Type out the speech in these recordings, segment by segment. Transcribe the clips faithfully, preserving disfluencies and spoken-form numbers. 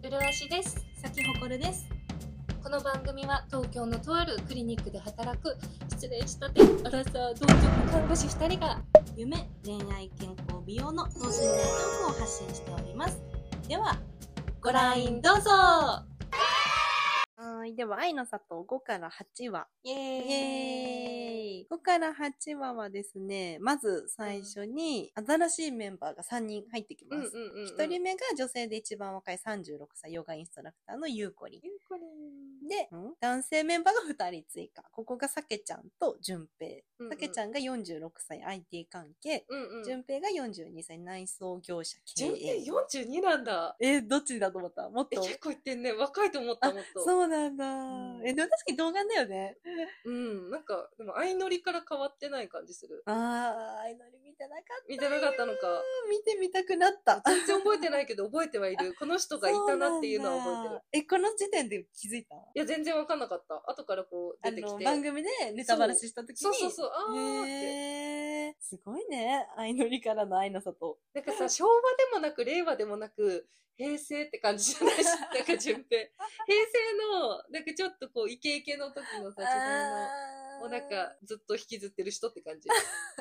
ブルアシです。 咲ほこるです。 この番組は東京のとあるクリニックで働く失礼したてアラサー同居看護師ふたりが夢、恋愛、健康、美容の等身大トークを発信しております。ではご覧どうぞ。 はい。では、愛の里ごからはちわ。 イエーイ。 イエーイ。ごからはちわはですね、まず最初に新しいメンバーがさんにん入ってきます。 うんうんうんうん、 ひとりめが女性で一番若いさんじゅうろくさいヨガインストラクターのゆうこりん。 ゆうこりんで、男性メンバーがふたり追加。ここがさけちゃんとじゅんぺい。さけちゃんがよんじゅうろくさい アイティー 関係。じゅんぺいがよんじゅうにさい内装業者経営。 じゅんぺいよんじゅうになんだ。 えー、どっちだと思った？もっと。 え、結構いってんね。若いと思った、もっと。 そうなんだ。うん、え、でも確かに童顔だよね。 うん。なんか、でも相乗りから変わってない感じする。 あー、相乗り見てなかった。 見てなかったのか。 見てみたくなった。 全然覚えてないけど覚えてはいる。この人がいたなっていうのは覚えてる。 え、この時点で気づいた？いや、全然わかんなかった。後からこう出てきて。 番組でネタバラシした時に。 そうそうそう、あーって。 へー、すごいね。相乗りからの愛の里。 なんかさ、昭和でもなく、令和でもなく、平成って感じじゃないし、なんか順平。平成の、なんかちょっとこう、イケイケの時のさ、時代の、をなんかずっと引きずってる人って感じ。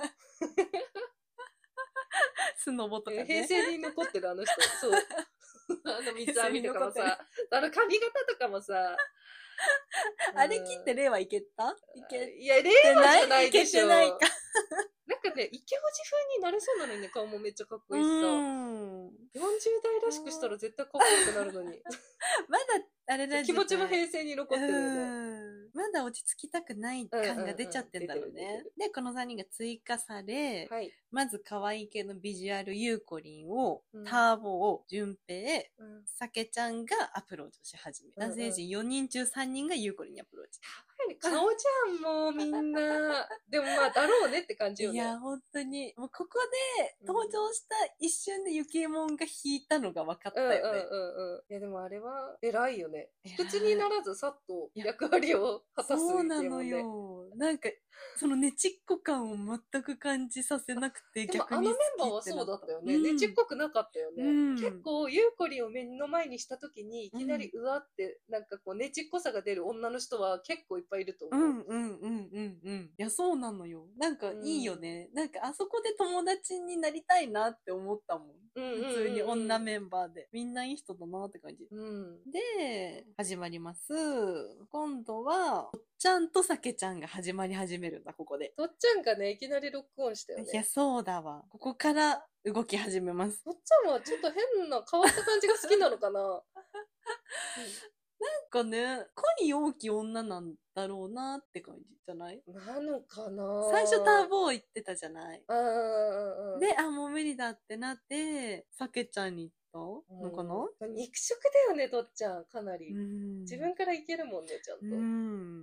スノボとかね。 平成に残ってるあの人。そう。あの三つ編みとかもさ、あの髪型とかもさ、 あれ切って令和いけた？いけいや、令和じゃないでしょ。 いけてないか。 なんかね、イケオジ風になれそうなのにね、顔もめっちゃかっこいいしさ。よんじゅう代らしくしたら絶対かっこよくなるのに。 まだ、あれだ、 気持ちも平成に残ってるよね。 まだ落ち着きたくない感が出ちゃってんだろうね。で、このさんにんが追加され、はい、まず可愛い系のビジュアルゆうこりんを、うん、ターボを、じゅんぺい、さけちゃんがアプローチをし始め、男性陣よにんちゅうさんにんがゆうこりんにアプローチ。 顔じゃん、もうみんな。でもまあ、だろうねって感じよね。 いや、本当に。もうここで登場した一瞬でゆきえもんが引いたのが分かったよね。うんうんうんうん。いや、でもあれは偉いよね。口にならずさっと役割を果たす、ね。 そうなのよ。なんか、そのねちっこ感を全く感じさせなくて逆に好きってなった。でもあのメンバーはそうだったよね。うん、ねちっこくなかったよね。うん、結構、ゆうこりんを目の前にした時に、いきなりうわって、なんかこう、ねちっこさが出る女の人は結構いっぱいいると思う。 うんうんうんうんうん。いや、そうなのよ。なんかいいよね。うん、なんかあそこで友達になりたいなって思ったもん。うんうんうんうん、普通に女メンバーで。みんないい人だなって感じ。うん、で、始まります。今度は、とっちゃんとさけちゃんが始まり始めるんだ、ここで。 とっちゃんがね、いきなりロックオンしたよね。 いや、そうだわ。ここから動き始めます。 とっちゃんはちょっと変な変わった感じが好きなのかな、うんなんかね、恋大きい女なんだろうなって感じじゃない？ なのかな。 最初ターボー言ってたじゃない？ うん。 で、あ、もう無理だってなって、さけちゃんに行ったのかな？ 肉食だよね、とっちゃん。かなり。自分からいけるもんね、ちゃんと。うん。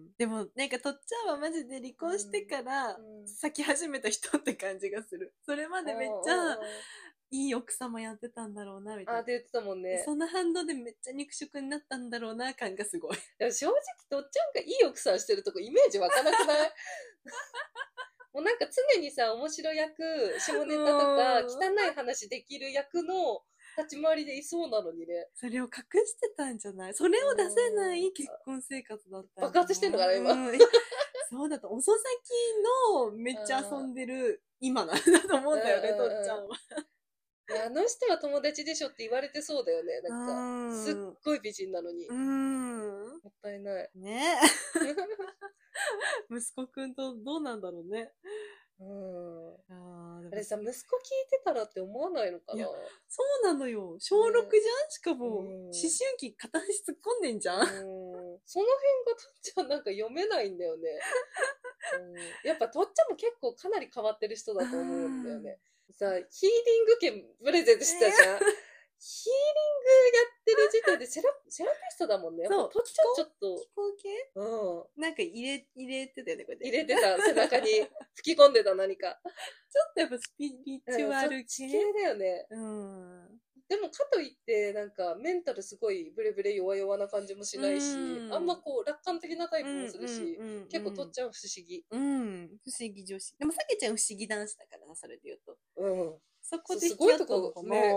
でも、なんかとっちゃんはマジで離婚してから、咲き始めた人って感じがする。それまでめっちゃ、いい奥様やってたんだろうな、みたいな。 あ、って言ってたもんね。 その反動でめっちゃ肉食になったんだろうな、感がすごい。 でも正直、とっちゃんがいい奥さんしてるとこイメージ湧かなくない？もうなんか常にさ、面白役、下ネタとか、汚い話できる役の立ち回りでいそうなのにね。 それを隠してたんじゃない？それを出せない結婚生活だった。 爆発してんのかな、今。 そうだと、遅咲きのめっちゃ遊んでる今なんだと思うんだよね、とっちゃんは。 あの人は友達でしょって言われてそうだよね。なんか、すっごい美人なのに。うん。もったいない。 ね息子くんとどうなんだろうね。 うん。あ, あれさ、息子聞いてたらって思わないのかな？いや、 そうなのよ。小ろくじゃん、しかも、思春期片足突っ込んでんじゃん。うん。その辺がとっちゃんなんか読めないんだよね。うん、やっぱとっちゃんも結構かなり変わってる人だと思うんだよね。さ、ヒーリング券プレゼントしてたじゃん。ヒーリングやってる時点でセラ、セラピストだもんね。そう。とっちゃんちょっと。 気候系？うん。なんか入れ、入れてたよね、これ。 入れてた、背中に吹き込んでた何か。 ちょっとやっぱスピリチュアル系、 うん、系だよね。うん。でもかといって、なんかメンタルすごいブレブレ弱々な感じもしないし、あんまこう楽観的なタイプもするし、結構とっちゃん不思議。 うん。不思議女子。でもさけちゃん不思議男子だからな、それで言うと。 うん。 そこで引き合ったのかな、 ね、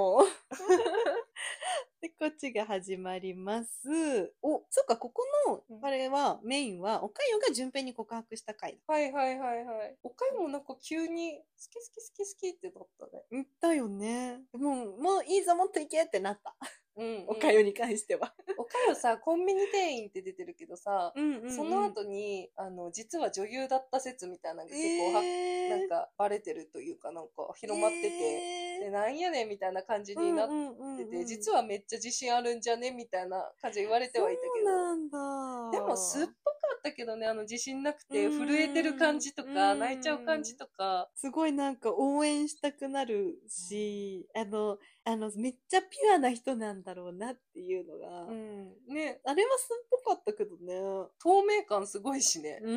で、こっちが始まります。お、そっか、ここの、あれは、メインは、おかよが順平に告白した回。 はいはいはいはい。おかよもなんか急に、好き好き好き好きってなったね。 言ったよね。もう、もういいぞ、もっといけってなった。うん、うん。おかよに関しては。 おかよさ、コンビニ店員って出てるけどさ、 うんうんうん、 その後に、あの、実は女優だった説みたいなのが結構は、えー、なんかバレてるというか、なんか広まってて、えー、で、なんやねんみたいな感じになってて、うんうんうんうん、実はめっちゃ自信あるんじゃねみたいな感じで言われてはいたけど。そうなんだ。でも、すっぽかったけどね、あの、自信なくて、震えてる感じとか、泣いちゃう感じとか。 すごいなんか応援したくなるし、あの、あの、めっちゃピュアな人なんだろうなっていうのが、うん、ね、あれはすっぽかったけどね。 透明感すごいしね。うん。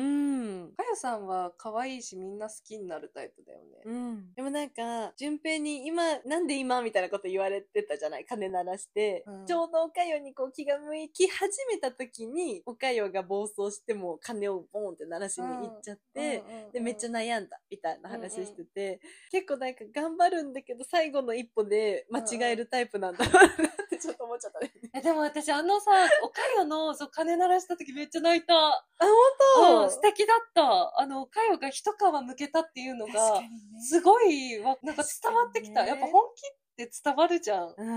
かやさんは可愛いしみんな好きになるタイプだよね。 うん。でもなんか、順平に今、なんで今みたいなこと言われてたじゃない、鐘鳴らして。うん、ちょうどおかよにこう気が向き始めた時に、おかよが暴走しても鐘をボーンって鳴らしに行っちゃって、うんうんうんうん、で、めっちゃ悩んだみたいな話してて、うんうん、結構なんか頑張るんだけど、最後の一歩で間違えるタイプなんだろうなってちょっと思っちゃったね。 え、でも私あのさ、おかよのそう鐘鳴らした時めっちゃ泣いた。あ、 本当？ うん、素敵だった。あの、おかよが一皮むけたっていうのが、すごいわ、なんか伝わってきた。ね、やっぱ本気って伝わるじゃん。うん。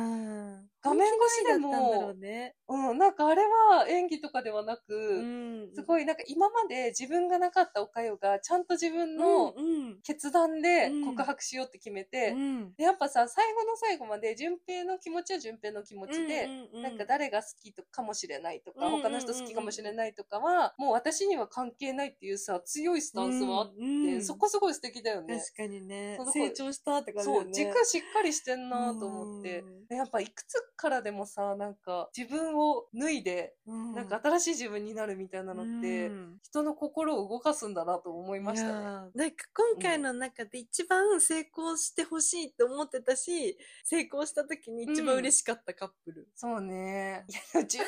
画面越しでも、ね、うん、なんかあれは演技とかではなく、うん、すごいなんか今まで自分がなかったおかよがちゃんと自分の決断で告白しようって決めて、うん、でやっぱさ、最後の最後まで順平の気持ちは順平の気持ちで、うんうんうん、なんか誰が好きとかもしれないとか、うんうんうん、他の人好きかもしれないとかは、もう私には関係ないっていうさ、強いスタンスはあって、うんうん、そこすごい素敵だよね。 確かにね。成長したって感じだよね。 そう、軸しっかりしてんなと思って。やっぱいくつからでもさ、なんか自分を脱いで、うん、なんか新しい自分になるみたいなのって、うん、人の心を動かすんだなと思いましたね。なんか今回の中で一番成功してほしいって思ってたし、成功した時に一番嬉しかったカップル。うん、 そうね。いや、順平がな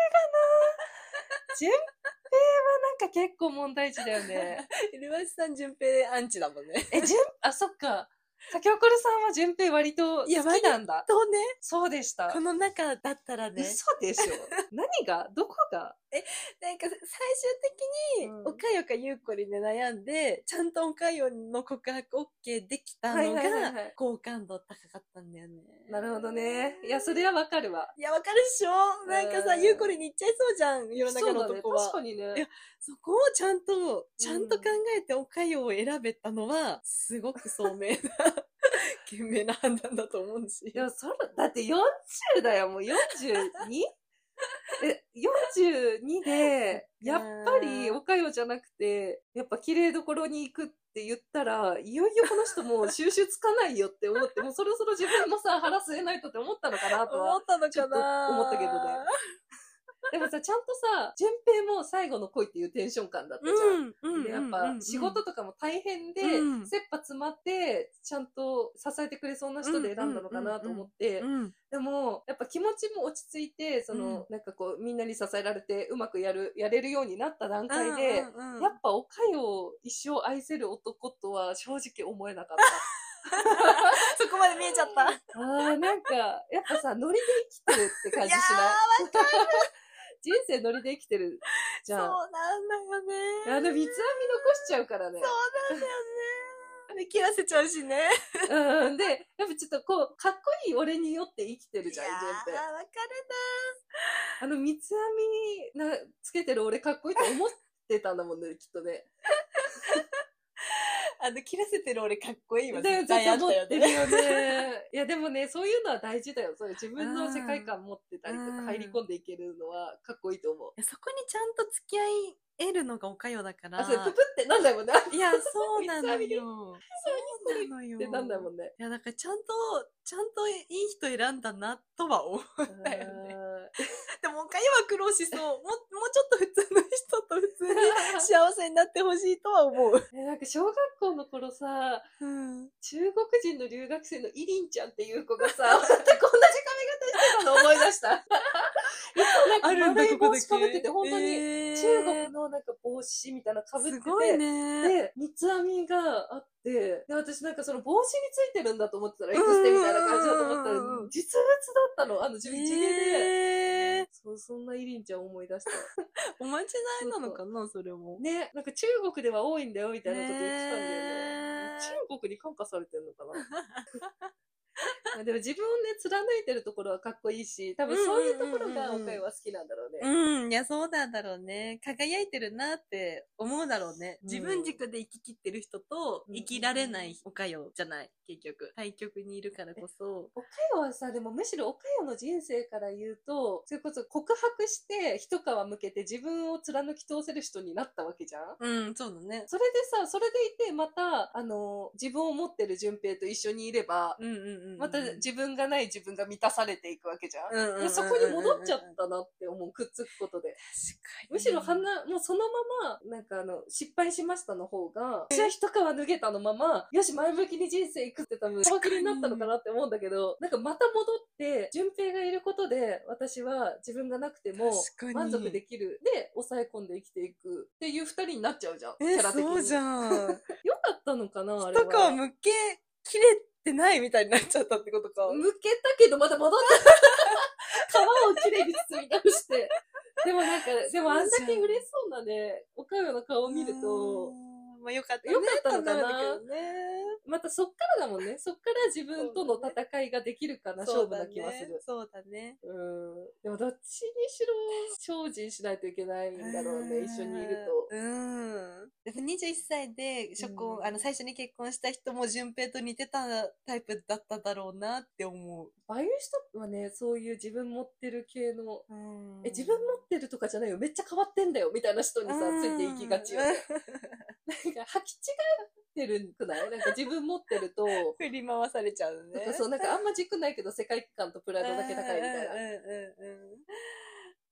順平はなんか結構問題児だよね。 イルマシさん順平アンチだもんね。 え、順、あ、そっか。さきおこるさんは順平割と好きなんだ。 とね。 そうでした。 この中だったらね。 嘘でしょ。何がどこがえ、なんか最終的に、おかよかゆうこりで悩んで、ちゃんとおかよの告白 OK できたのが、好感度高かったんだよね。 なるほどね。いや、それはわかるわ。 いや、わかるっしょ。なんかさ、ゆうこりに行っちゃいそうじゃん、世の中の男は。 そうだね、確かにね。 いや、そこをちゃんと、ちゃんと考えておかよを選べたのは、すごく聡明な。賢明な判断だと思うんですよ。 いや、それ、だってよんじゅうだよ、もう よんじゅうに? え、よんじゅうにで、やっぱり、おかよじゃなくて、やっぱ綺麗どころに行くって言ったら、いよいよこの人もう収集つかないよって思って、もうそろそろ自分もさ、腹据えないとって思ったのかなとは。 思ったのかな思ったけどね。でもさ、ちゃんとさ、順平も最後の恋っていうテンション感だったじゃん。うん、で、やっぱ仕事とかも大変で、うん、切羽詰まって、ちゃんと支えてくれそうな人で選んだのかなと思って、でも、やっぱ気持ちも落ち着いて、その、うん、なんかこう、みんなに支えられて、うまくやる、やれるようになった段階で、うんうんうん、やっぱおかよを一生愛せる男とは正直思えなかった。 そこまで見えちゃった。 ああ、なんか、やっぱさ、ノリで生きてるって感じしない？いやー、わかる。 人生ノリで生きてるじゃん。 そうなんだよね。 あの、三つ編み残しちゃうからね。 そうなんだよね。で、切らせちゃうしね。 うん。で、やっぱちょっとこう、かっこいい俺によって生きてるじゃん、 順平。ああ、わかるな。あの、三つ編みな、つけてる俺かっこいいと思ってたんだもんね、きっとね。 あの、切らせてる俺かっこいいわ。 絶対あったよね。よね。いや、でもね、そういうのは大事だよ。そういう自分の世界観持ってたりとか入り込んでいけるのはかっこいいと思う。 いや、そこにちゃんと付き合い得るのがおかよだから。 あ、それププってなんだよね。 いや、そうなのよ。そうなのよ。 ってなんだもんね。 いや、だからちゃんと、ちゃんといい人選んだなとは思ったよね。でも、おかよは苦労しそう。も、もうちょっと普通の人と普通に幸せになってほしいとは思う。 え、なんか小学校の頃さ、うん、中国人の留学生のイリンちゃんっていう子がさ、こんな髪型してたの思い出した。 なんかあるんだ、 丸い帽ここだけ。 子かぶってて、本当にえー中国のなんか帽子みたいなのかぶってて、 すごいね。 で、三つ編みがあって、で、私なんかその帽子についてるんだと思ってたら、エクステみたいな感じだと思ったら、実物だったの。あの、地毛で。 えー、 そう、そんなイリンちゃん思い出した。 おまじないなのかな、それも。 ね、なんか中国では多いんだよ、みたいなこと言ってたんだよね。中国に感化されてんのかなでも自分をね、貫いてるところはかっこいいし、多分そういうところがおかゆは好きなんだろうね。 うん、いや、そうなんだろうね。輝いてるなって思うだろうね。 うん、 自分軸で生き切ってる人と生きられないおかよじゃない、結局。対極にいるからこそ。 おかよはさ、でもむしろおかよの人生から言うと、それこそ告白して一皮向けて自分を貫き通せる人になったわけじゃん。 うん、そうだね。 それでさ、それでいて、また、あの、自分を持ってる順平と一緒にいれば、 うんうんうんうん、 また自分がない自分が満たされていくわけじゃん。 うんうんうんうん、 そこに戻っちゃったなって思う、くっつくことで。 確かに。 むしろ花、もうそのまま、なんかあの、失敗しましたの方が、私は一皮脱げたのまま、よし、前向きに人生行くって多分、皮切りになったのかなって思うんだけど、なんかまた戻って、順平がいることで、私は自分がなくても、満足できる。で、抑え込んで生きていくっていう二人になっちゃうじゃん。キえ、 ャラ的に。 そうじゃん。 よかったのかなあれは。 一皮むけ切れてないみたいになっちゃったってことか。 むけたけどまた戻った皮をきれいに包み直して。でもなんか、でもあんだけ嬉しそうなね、おかよの顔を見ると、 まあよかったね。 よかったのかな、 ね、 またそっからだもんね。そっから自分との戦いができるかな、勝負な気はする。 そうだね。 うん。でもどっちにしろ精進しないといけないんだろうね、一緒にいると。 うん。でもにじゅういっさいで初婚、うん、あの最初に結婚した人も順平と似てたタイプだっただろうなって思う。 ああいう人はね、そういう自分持ってる系の、 うん、 え、自分持ってるとかじゃないよ、めっちゃ変わってんだよ、みたいな人にさ、ついていきがちよね。なんか、履き違ってるくないなんか自分持ってると、 振り回されちゃうね。 とかそう、なんかあんま軸ないけど世界観とプライドだけ高いみたいな。 うんうんうん。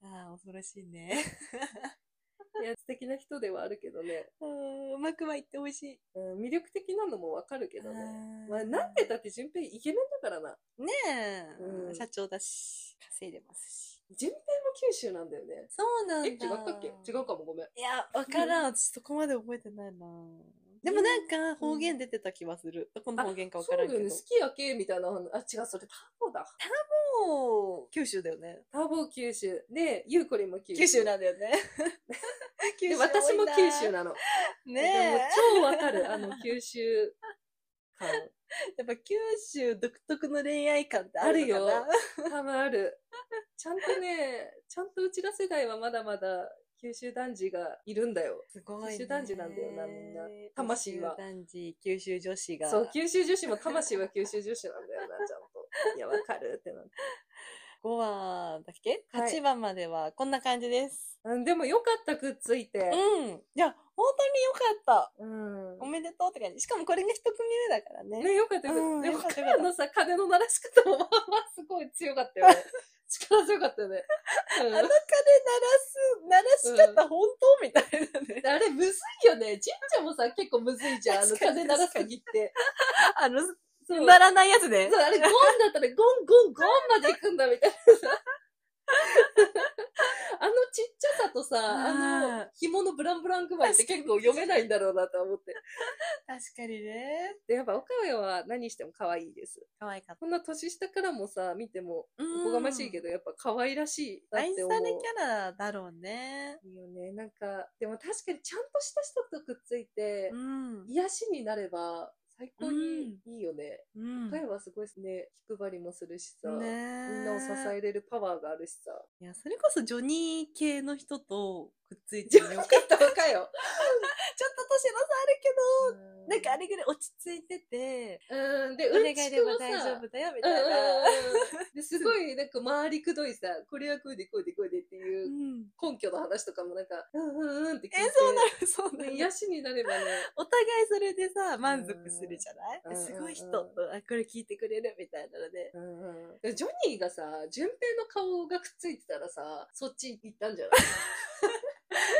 ああ、恐ろしいね。 いや、素敵な人ではあるけどね。 うん、うまくはいってほしい。 うん、魅力的なのもわかるけどね。まあ、なんてだって順平イケメンだからな。 ねえ、うん、社長だし、稼いでますし。 順平も九州なんだよね。 そうなんだ。 え、違ったっけ違うかも、ごめん。 いや、わからん。私そこまで覚えてないな。でもなんか方言出てた気はする。どこの方言かわからんけど。 そうだよね。好きやけみたいな。あ、違う、それタボだ。 タボ九州だよね。 タボ九州。で、ゆうこりも九州。 九州なんだよね。 九州で、私も九州なの。ねえ。超わかる。あの、九州感。 やっぱ九州独特の恋愛感ってあるのかな？ あるよ。多分ある。ちゃんとね、ちゃんとうちら世代はまだまだ九州男児がいるんだよ。 すごいね。 九州男児なんだよな、みんな。魂は。 九州男児、九州女子が。 そう、九州女子も魂は九州女子なんだよな、ちゃんと。いや、わかるってなって。 ごわだっけ、はい、はちばまではこんな感じです。 うん、でもよかった、くっついて。 うん。いや、本当によかった。 うん。 おめでとうって感じ。しかもこれが一組目だからね。 ね、よかったよかった。 うん、 でも、彼のさ、鐘の鳴らし方もまあまあすごい強かったよね。力強かったよね。 うん、あの鐘鳴らす、鳴らし方本当みたいなね。 あれむずいよね。神社もさ、結構むずいじゃん。あの鐘鳴らす時って。 あの、鳴らないやつね。 そう、あれゴンだったらゴンゴンゴンまで行くんだみたいなさ。あのちっちゃさとさ、あの紐のブランブラン具合って結構読めないんだろうなと思って。 確かにね。 で、やっぱ岡部は何しても可愛いです。 可愛かった。 こんな年下からもさ、見てもおこがましいけど、やっぱ可愛らしいなって思う。 愛されキャラだろうね。 いいよね。なんか、でも確かにちゃんとした人とくっついて、うん、癒しになれば、最高にいいよね。うん。彼はすごいですね。気配りもするしさ、ね、みんなを支えれるパワーがあるしさ。 いや、それこそジョニー系の人とくっついてるよ。 よかったのかよ。 ちょっと年の差あるけど、なんかあれぐらい落ち着いてて、 うん、で、 お願いでも大丈夫だよ、みたいな。 ですごい、なんか回りくどいさ、これはこうでこうでこうでっていう根拠の話とかもなんか、うんうんうんって聞いて。 え、そうなる、そうなる。 癒しになればね。 お互いそれでさ、満足するじゃない？すごい人と、あ、これ聞いてくれるみたいなので。 うんうん、ジョニーがさ、順平の顔がくっついてたらさ、そっち行ったんじゃない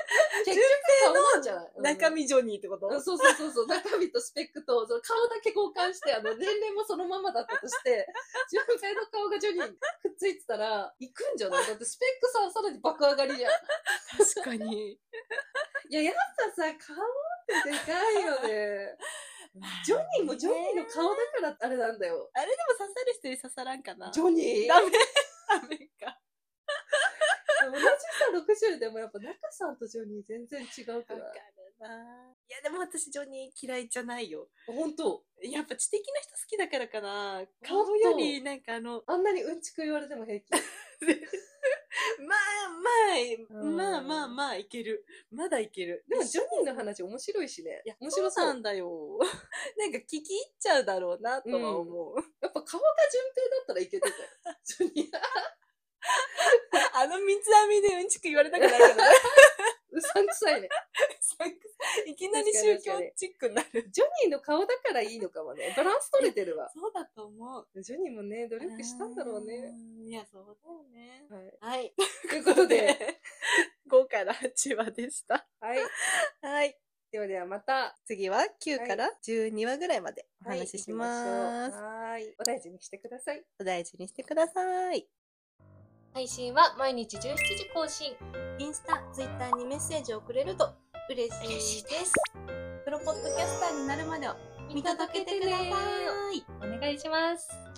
結局顔なんじゃない？ 中身ジョニーってこと？ うん、そうそうそうそう。中身とスペックと、その顔だけ交換して、あの、年齢もそのままだったとして、純平の顔がジョニーにくっついてたら、行くんじゃない？だってスペックさ、さらに爆上がりじゃん。 確かに。 いや、やっぱさ、顔ってでかいよね。ジョニーもジョニーの顔だからあれなんだよ。 あれでも刺さる人に刺さらんかな。 ジョニーダメ。ダメか。 同じさ、ろくじゅうでもやっぱ中さんとジョニー全然違うから。わかるな。いやでも私ジョニー嫌いじゃないよ。 本当？ やっぱ知的な人好きだからかな。顔よりなんかあの。 あんなにうんちく言われても平気。 まあまあ、まあまあまあいける。まだいける。 でもジョニーの話面白いしね。 いや、面白そうなんだよ。なんか聞き入っちゃうだろうなとは思う。うん、 やっぱ顔が純平だったらいけてたよ。ジョニー。 あの三つ編みでうんちく言われたくないけどね。 うさんくさいね。 いきなり宗教チックになる。 ジョニーの顔だからいいのかもね。バランス取れてるわ。 そうだと思う。 ジョニーもね、努力したんだろうね。 いや、そうだよね。 はい。 はい。 ということで、 ごからはちわでした。 はい。 はい。 ではではまた、 次はきゅうからじゅうにわぐらいまでお話しします。 はい。お大事にしてください。 お大事にしてください。 配信は毎日じゅうしちじ更新。 インスタ、ツイッターにメッセージをくれると嬉しいです。プロポッドキャスターになるまでを見届けてください。 お願いします。